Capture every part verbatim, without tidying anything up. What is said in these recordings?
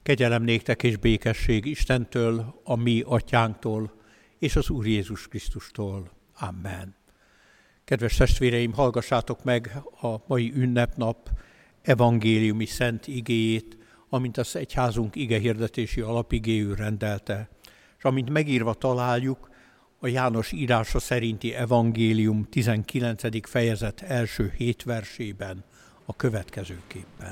Kegyelem néktek és békesség Istentől, a mi atyánktól, és az Úr Jézus Krisztustól. Amen. Kedves testvéreim, hallgassátok meg a mai ünnepnap evangéliumi szent igéjét, amint az egyházunk igehirdetési alapigéül rendelte, és amint megírva találjuk a János írása szerinti evangélium tizenkilencedik fejezet első hét versében a következőképpen.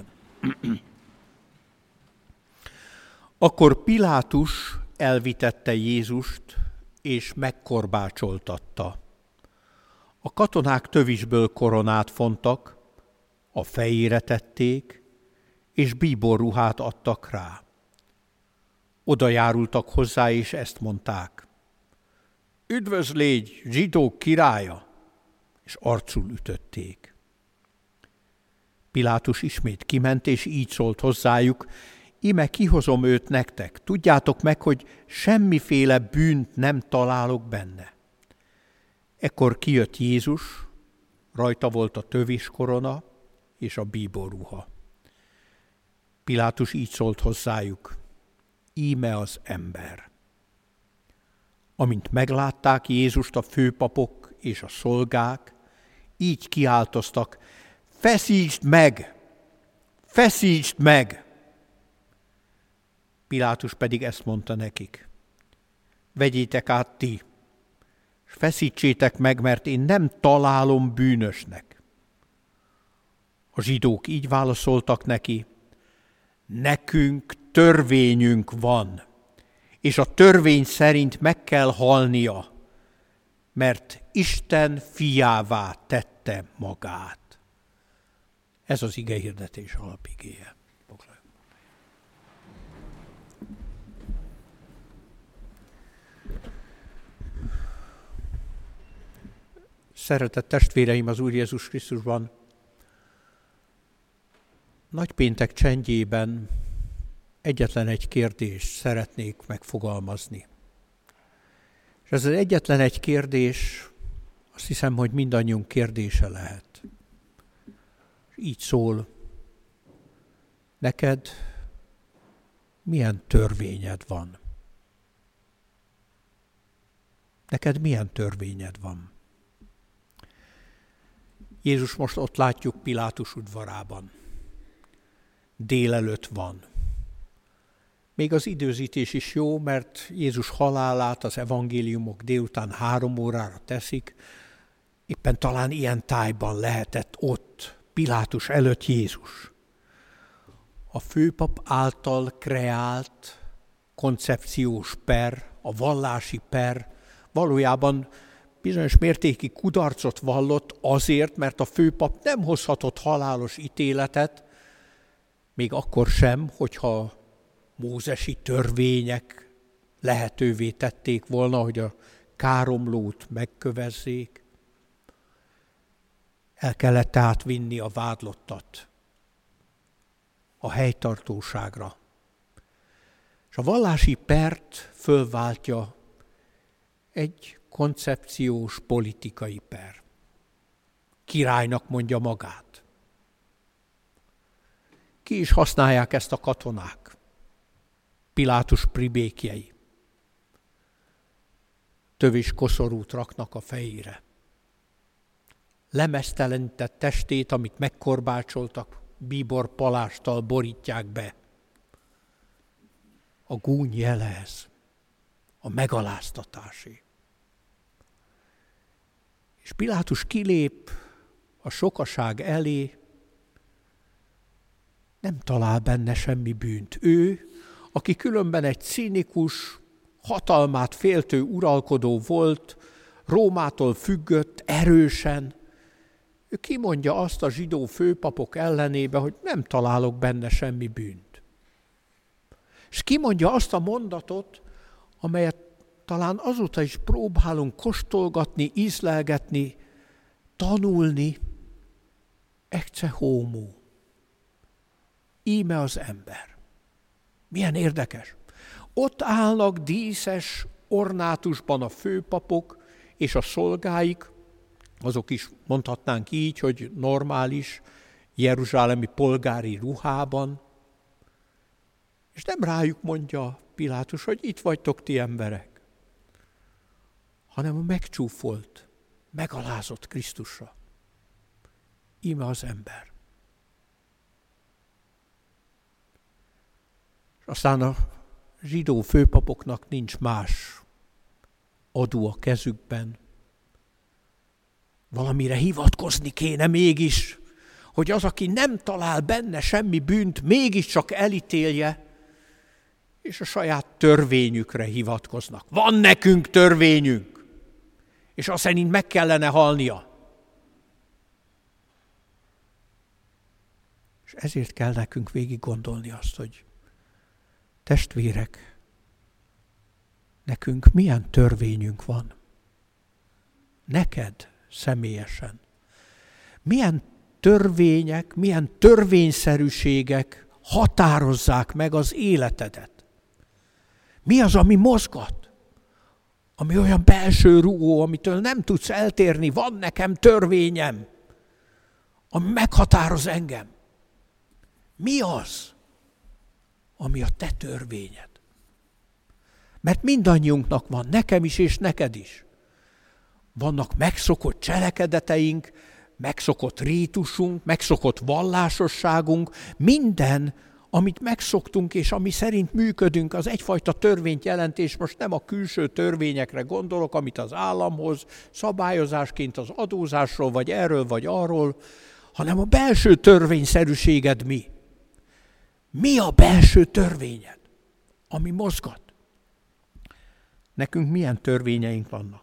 Akkor Pilátus elvitette Jézust, és megkorbácsoltatta. A katonák tövisből koronát fontak, a fejére tették, és bíborruhát adtak rá. Oda járultak hozzá, és ezt mondták: Üdvözlégy, zsidók királya! És arcul ütötték. Pilátus ismét kiment, és így szólt hozzájuk: Íme kihozom őt nektek, tudjátok meg, hogy semmiféle bűnt nem találok benne. Ekkor kijött Jézus, rajta volt a tövis korona és a bíborruha. Pilátus így szólt hozzájuk: Íme az ember. Amint meglátták Jézust a főpapok és a szolgák, így kiáltoztak: Feszítsd meg! Feszítsd meg! Pilátus pedig ezt mondta nekik: Vegyétek át ti, és feszítsétek meg, mert én nem találom bűnösnek. A zsidók így válaszoltak neki: Nekünk törvényünk van, és a törvény szerint meg kell halnia, mert Isten fiává tette magát. Ez az igehirdetés alapigéje. Szeretett testvéreim az Úr Jézus Krisztusban, nagypéntek csendjében egyetlen egy kérdést szeretnék megfogalmazni. És ez az egyetlen egy kérdés, azt hiszem, hogy mindannyiunk kérdése lehet. És így szól: neked milyen törvényed van? Neked milyen törvényed van? Jézus most ott látjuk Pilátus udvarában. Délelőtt van. Még az időzítés is jó, mert Jézus halálát az evangéliumok délután három órára teszik. Éppen talán ilyen tájban lehetett ott Pilátus előtt Jézus. A főpap által kreált koncepciós per, a vallási per valójában bizonyos mértékig kudarcot vallott azért, mert a főpap nem hozhatott halálos ítéletet, még akkor sem, hogyha mózesi törvények lehetővé tették volna, hogy a káromlót megkövezzék. El kellett tehát vinni a vádlottat a helytartóságra. És a vallási pert fölváltja egy koncepciós politikai per. Királynak mondja magát. Ki is használják ezt a katonák? Pilátus pribékjei. Tövis koszorút raknak a fejére. Lemeztelenített testét, amit megkorbácsoltak, bíbor palásttal borítják be. A gúny jele ez, a megaláztatásé. És Pilátus kilép a sokaság elé, nem talál benne semmi bűnt. Ő, aki különben egy cinikus, hatalmát féltő uralkodó volt, Rómától függött erősen, ő kimondja azt a zsidó főpapok ellenébe, hogy nem találok benne semmi bűnt. És kimondja azt a mondatot, amelyet talán azóta is próbálunk kóstolgatni, ízlelgetni, tanulni: ecce homo. Íme az ember. Milyen érdekes. Ott állnak díszes ornátusban a főpapok és a szolgáik, azok is mondhatnánk így, hogy normális jeruzsálemi polgári ruhában, És nem rájuk mondja Pilátus, hogy itt vagytok ti emberek, hanem a megcsúfolt, megalázott Krisztusra. Íme az ember. És aztán a zsidó főpapoknak nincs más adó a kezükben. Valamire hivatkozni kéne mégis, hogy az, aki nem talál benne semmi bűnt, mégiscsak elítélje, és a saját törvényükre hivatkoznak. Van nekünk törvényünk, és azt szerint meg kellene halnia. És ezért kell nekünk végig gondolni azt, hogy testvérek, nekünk milyen törvényünk van? Neked személyesen. Milyen törvények, milyen törvényszerűségek határozzák meg az életedet? Mi az, ami mozgat? Ami olyan belső rúgó, amitől nem tudsz eltérni, van nekem törvényem, ami meghatároz engem. Mi az, ami a te törvényed? Mert mindannyiunknak van, nekem is és neked is. Vannak megszokott cselekedeteink, megszokott rítusunk, megszokott vallásosságunk, minden, amit megszoktunk és ami szerint működünk, az egyfajta törvényt jelent, és most nem a külső törvényekre gondolok, amit az államhoz, szabályozásként az adózásról, vagy erről, vagy arról, hanem a belső törvényszerűséged mi? Mi a belső törvényed, ami mozgat? Nekünk milyen törvényeink vannak?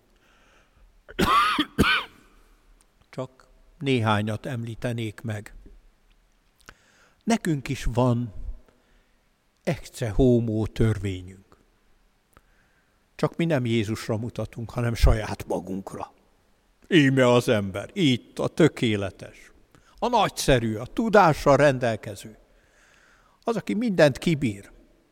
Csak néhányat említenék meg. Nekünk is van ecce homo törvényünk. Csak mi nem Jézusra mutatunk, hanem saját magunkra. Íme az ember, itt a tökéletes, a nagyszerű, a tudással rendelkező. Az, aki mindent kibír.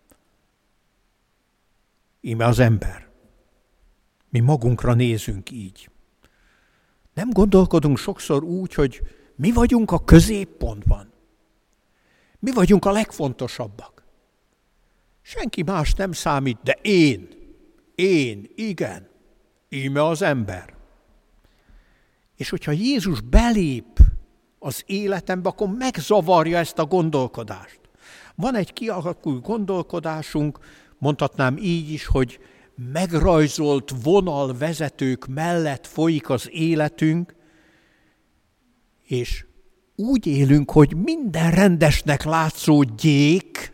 Íme az ember. Mi magunkra nézünk így. Nem gondolkodunk sokszor úgy, hogy mi vagyunk a középpontban. Mi vagyunk a legfontosabbak. Senki más nem számít, de én, én, igen, íme az ember. És hogyha Jézus belép az életembe, akkor megzavarja ezt a gondolkodást. Van egy kialakult gondolkodásunk, mondhatnám így is, hogy megrajzolt vonalvezetők mellett folyik az életünk, és úgy élünk, hogy minden rendesnek látszódjék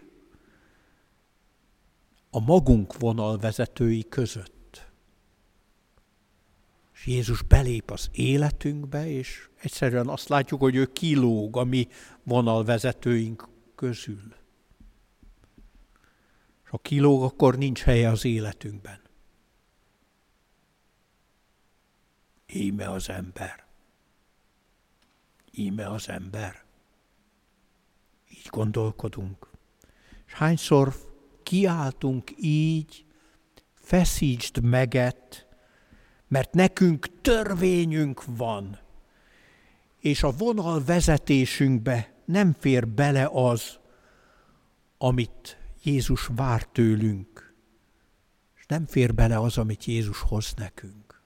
a magunk vonalvezetői között. És Jézus belép az életünkbe, és egyszerűen azt látjuk, hogy ő kilóg a mi vonalvezetőink közül. És ha kilóg, akkor nincs helye az életünkben. Íme az ember. Íme az ember. Így gondolkodunk. És hányszor kiáltunk így, feszítsd meget, mert nekünk törvényünk van, és a vonal vezetésünkbe nem fér bele az, amit Jézus vár tőlünk, és nem fér bele az, amit Jézus hoz nekünk.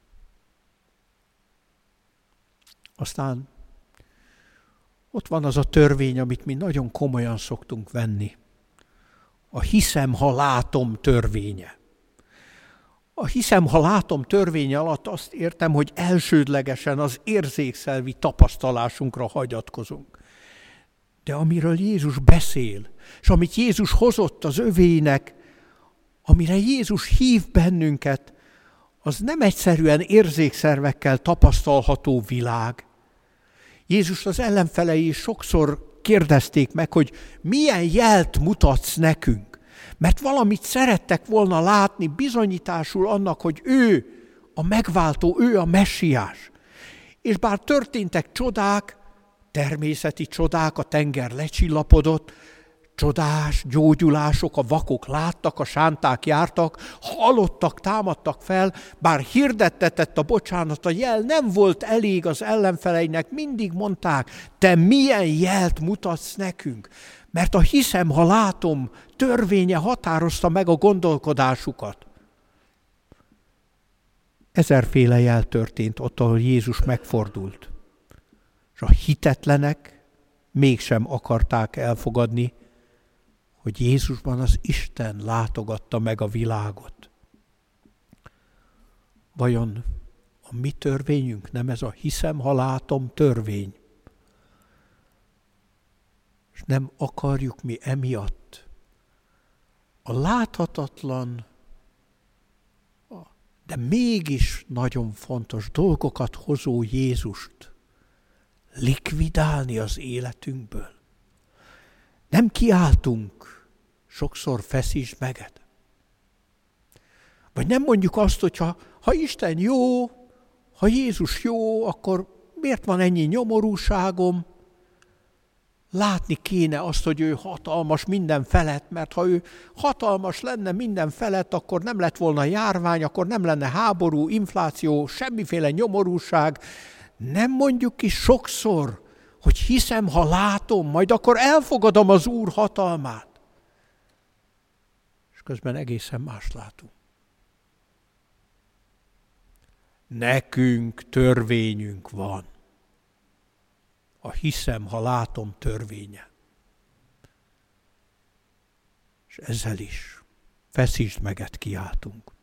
Aztán ott van az a törvény, amit mi nagyon komolyan szoktunk venni. A hiszem, ha látom törvénye. A hiszem, ha látom törvénye alatt azt értem, hogy elsődlegesen az érzékszelvi tapasztalásunkra hagyatkozunk. De amiről Jézus beszél, és amit Jézus hozott az övének, amire Jézus hív bennünket, az nem egyszerűen érzékszervekkel tapasztalható világ. Jézus az ellenfelei is sokszor kérdezték meg, hogy milyen jelt mutatsz nekünk, mert valamit szerettek volna látni bizonyításul annak, hogy ő a megváltó, ő a messiás. És bár történtek csodák, természeti csodák, a tenger lecsillapodott, Csodás gyógyulások, a vakok láttak, a sánták jártak, halottak támadtak fel, bár hirdettetett a bocsánat, a jel nem volt elég az ellenfeleinek, mindig mondták, te milyen jelt mutatsz nekünk? Mert a hiszem, ha látom, törvénye határozta meg a gondolkodásukat. Ezerféle jel történt ott, ahol Jézus megfordult. És a hitetlenek mégsem akarták elfogadni, hogy Jézusban az Isten látogatta meg a világot. Vajon a mi törvényünk nem ez a hiszem, ha látom törvény? És nem akarjuk mi emiatt a láthatatlan, de mégis nagyon fontos dolgokat hozó Jézust likvidálni az életünkből? Nem kiáltunk, sokszor feszítsd meged. Vagy nem mondjuk azt, hogy ha, ha Isten jó, ha Jézus jó, akkor miért van ennyi nyomorúságom? Látni kéne azt, hogy ő hatalmas minden felett, mert ha ő hatalmas lenne minden felett, akkor nem lett volna járvány, akkor nem lenne háború, infláció, semmiféle nyomorúság. Nem mondjuk ki sokszor, hogy hiszem, ha látom, majd akkor elfogadom az Úr hatalmát. És közben egészen más látunk. Nekünk törvényünk van. A hiszem, ha látom törvénye. És ezzel is feszítsd meget kiáltunk.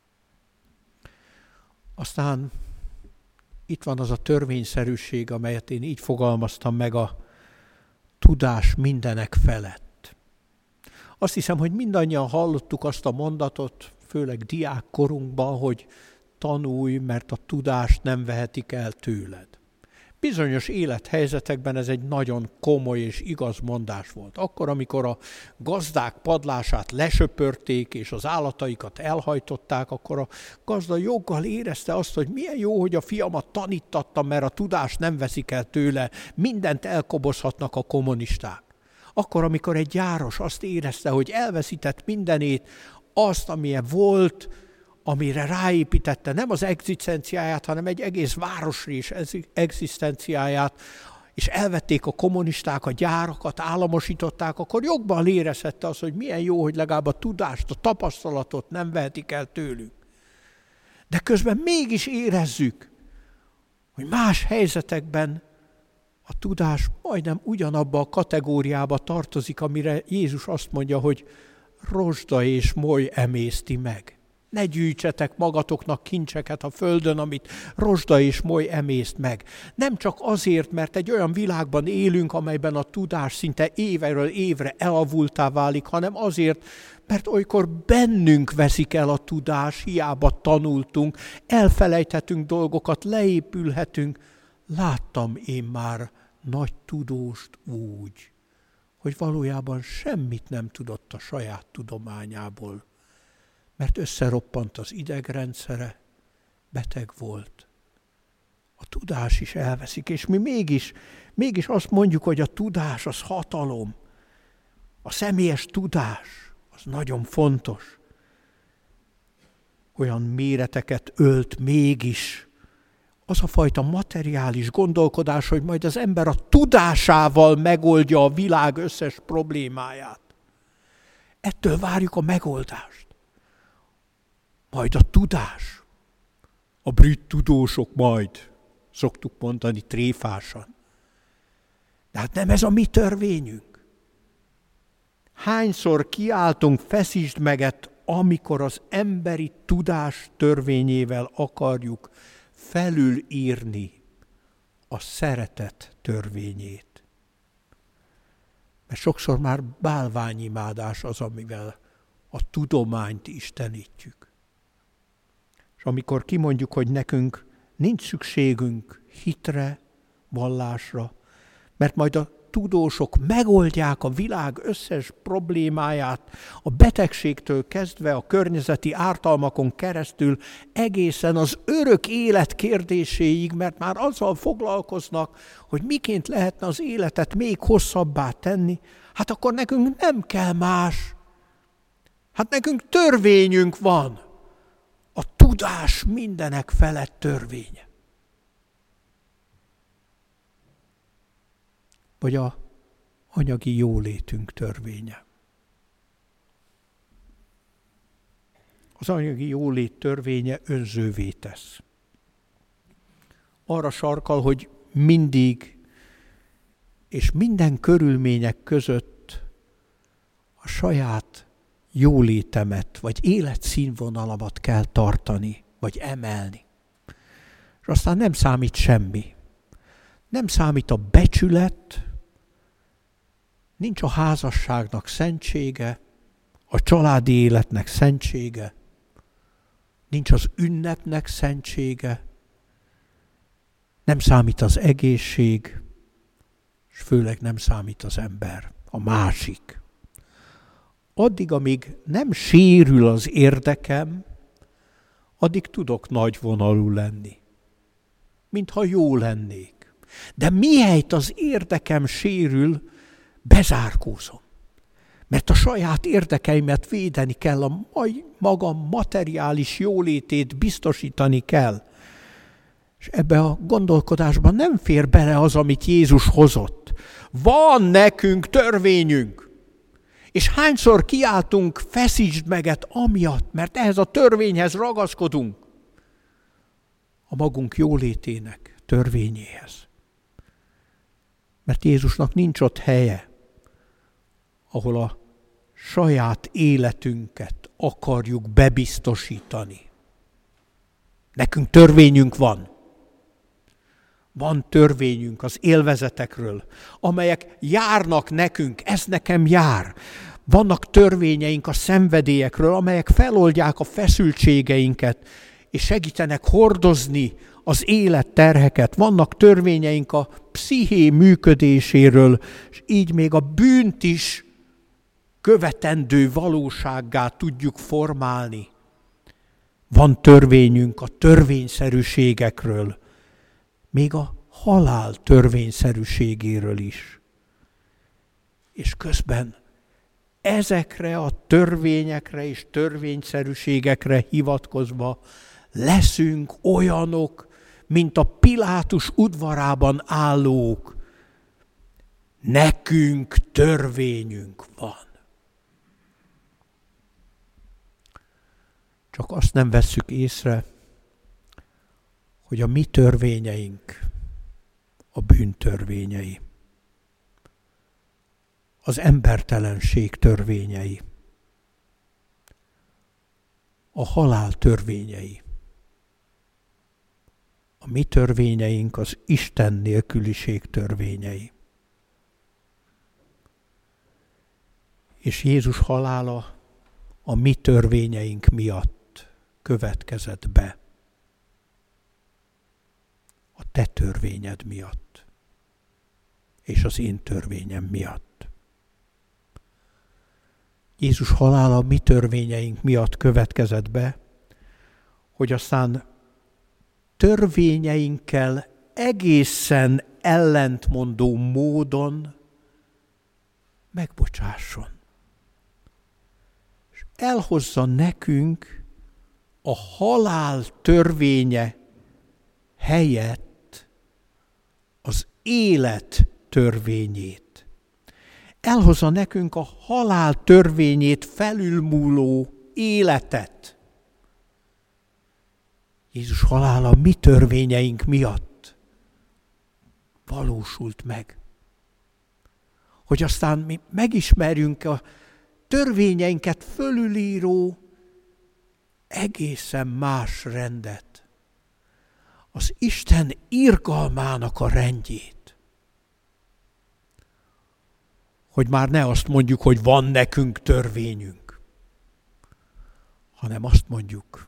Aztán itt van az a törvényszerűség, amelyet én így fogalmaztam meg, a tudás mindenek felett. Azt hiszem, hogy mindannyian hallottuk azt a mondatot, főleg diákkorunkban, hogy tanulj, mert a tudást nem vehetik el tőled. Bizonyos élethelyzetekben ez egy nagyon komoly és igaz mondás volt. Akkor, amikor a gazdák padlását lesöpörték, és az állataikat elhajtották, akkor a gazda joggal érezte azt, hogy milyen jó, hogy a fiamat tanítattam, mert a tudást nem veszik el tőle, mindent elkobozhatnak a kommunisták. Akkor, amikor egy gyáros azt érezte, hogy elveszített mindenét, azt, amilyen volt, amire ráépítette nem az egzisztenciáját, hanem egy egész városra is egzisztenciáját, és elvették a kommunisták a gyárakat, államosították, akkor jogban érezhette az, hogy milyen jó, hogy legalább a tudást, a tapasztalatot nem vehetik el tőlünk. De közben mégis érezzük, hogy más helyzetekben a tudás majdnem ugyanabba a kategóriába tartozik, amire Jézus azt mondja, hogy rozsda és moly emészti meg. Ne gyűjtsetek magatoknak kincseket a földön, amit rozsda és moly emészt meg. Nem csak azért, mert egy olyan világban élünk, amelyben a tudás szinte évről évre elavultá válik, hanem azért, mert olykor bennünk veszik el a tudás, hiába tanultunk, elfelejthetünk dolgokat, leépülhetünk. Láttam én már nagy tudóst úgy, hogy valójában semmit nem tudott a saját tudományából, mert összeroppant az idegrendszere, beteg volt. A tudás is elveszik, és mi mégis, mégis azt mondjuk, hogy a tudás az hatalom. A személyes tudás az nagyon fontos. Olyan méreteket ölt mégis az a fajta materiális gondolkodás, hogy majd az ember a tudásával megoldja a világ összes problémáját. Ettől várjuk a megoldást. Majd a tudás. A brit tudósok majd, szoktuk mondani tréfásan. De hát nem ez a mi törvényünk. Hányszor kiáltunk, feszítsd meget, amikor az emberi tudás törvényével akarjuk felülírni a szeretet törvényét. Mert sokszor már bálványimádás az, amivel a tudományt istenítjük. És amikor kimondjuk, hogy nekünk nincs szükségünk hitre, vallásra, mert majd a tudósok megoldják a világ összes problémáját, a betegségtől kezdve a környezeti ártalmakon keresztül egészen az örök élet kérdéséig, mert már azzal foglalkoznak, hogy miként lehetne az életet még hosszabbá tenni, Hát akkor nekünk nem kell más. Hát nekünk törvényünk van. A tudás mindenek felett törvénye. Vagy a anyagi jólétünk törvénye. Az anyagi jólét törvénye önzővé tesz. Arra sarkal, hogy mindig és minden körülmények között a saját jólétemet, vagy életszínvonalamat kell tartani, vagy emelni. És aztán nem számít semmi. Nem számít a becsület, nincs a házasságnak szentsége, a családi életnek szentsége, nincs az ünnepnek szentsége, nem számít az egészség, és főleg nem számít az ember, a másik. Addig, amíg nem sérül az érdekem, addig tudok nagyvonalú lenni, mintha jó lennék. De mihelyt az érdekem sérül, bezárkózom. Mert a saját érdekeimet védeni kell, a magam materiális jólétét biztosítani kell. És ebbe a gondolkodásban nem fér bele az, amit Jézus hozott. Van nekünk törvényünk. És hányszor kiáltunk, feszítsd meget amiatt, mert ehhez a törvényhez ragaszkodunk. A magunk jólétének törvényéhez. Mert Jézusnak nincs ott helye, ahol a saját életünket akarjuk bebiztosítani. Nekünk törvényünk van. Van törvényünk az élvezetekről, amelyek járnak nekünk, ez nekem jár. Vannak törvényeink a szenvedélyekről, amelyek feloldják a feszültségeinket, és segítenek hordozni az életterheket. Vannak törvényeink a psziché működéséről, és így még a bűnt is követendő valósággá tudjuk formálni. Van törvényünk a törvényszerűségekről, még a halál törvényszerűségéről is. És közben ezekre a törvényekre és törvényszerűségekre hivatkozva leszünk olyanok, mint a Pilátus udvarában állók. Nekünk törvényünk van. Csak azt nem vesszük észre, hogy a mi törvényeink a bűntörvényei, az embertelenség törvényei, a halál törvényei. A mi törvényeink az Isten nélküliség törvényei. És Jézus halála a mi törvényeink miatt következett be. A te törvényed miatt. És az én törvényem miatt. Jézus halála a mi törvényeink miatt következett be, hogy aztán törvényeinkkel egészen ellentmondó módon megbocsásson. És elhozza nekünk a halál törvénye helyett az élet törvényét. Elhozza nekünk a halál törvényét felülmúló életet. Jézus halála a mi törvényeink miatt valósult meg. Hogy aztán mi megismerjünk a törvényeinket fölülíró egészen más rendet. Az Isten irgalmának a rendjét. Hogy már ne azt mondjuk, hogy van nekünk törvényünk, hanem azt mondjuk,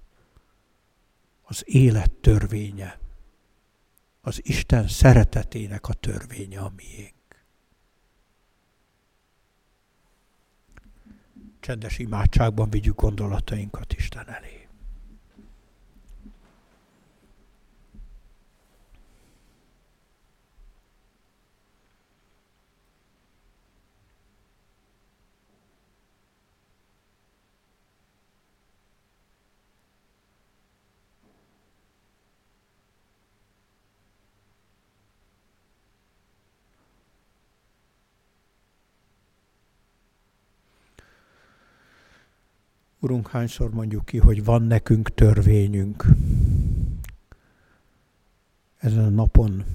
az élet törvénye, az Isten szeretetének a törvénye a miénk. Csendes imádságban vigyük gondolatainkat Isten elé. Urunk, hányszor mondjuk ki, hogy van nekünk törvényünk. Ezen a napon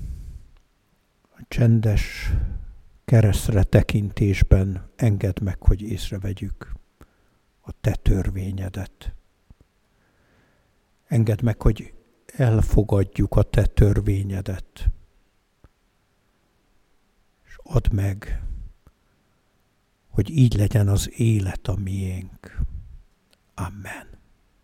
a csendes keresztre tekintésben engedd meg, hogy észrevegyük a te törvényedet. Engedd meg, hogy elfogadjuk a te törvényedet. És add meg, hogy így legyen az élet a miénk. Amen.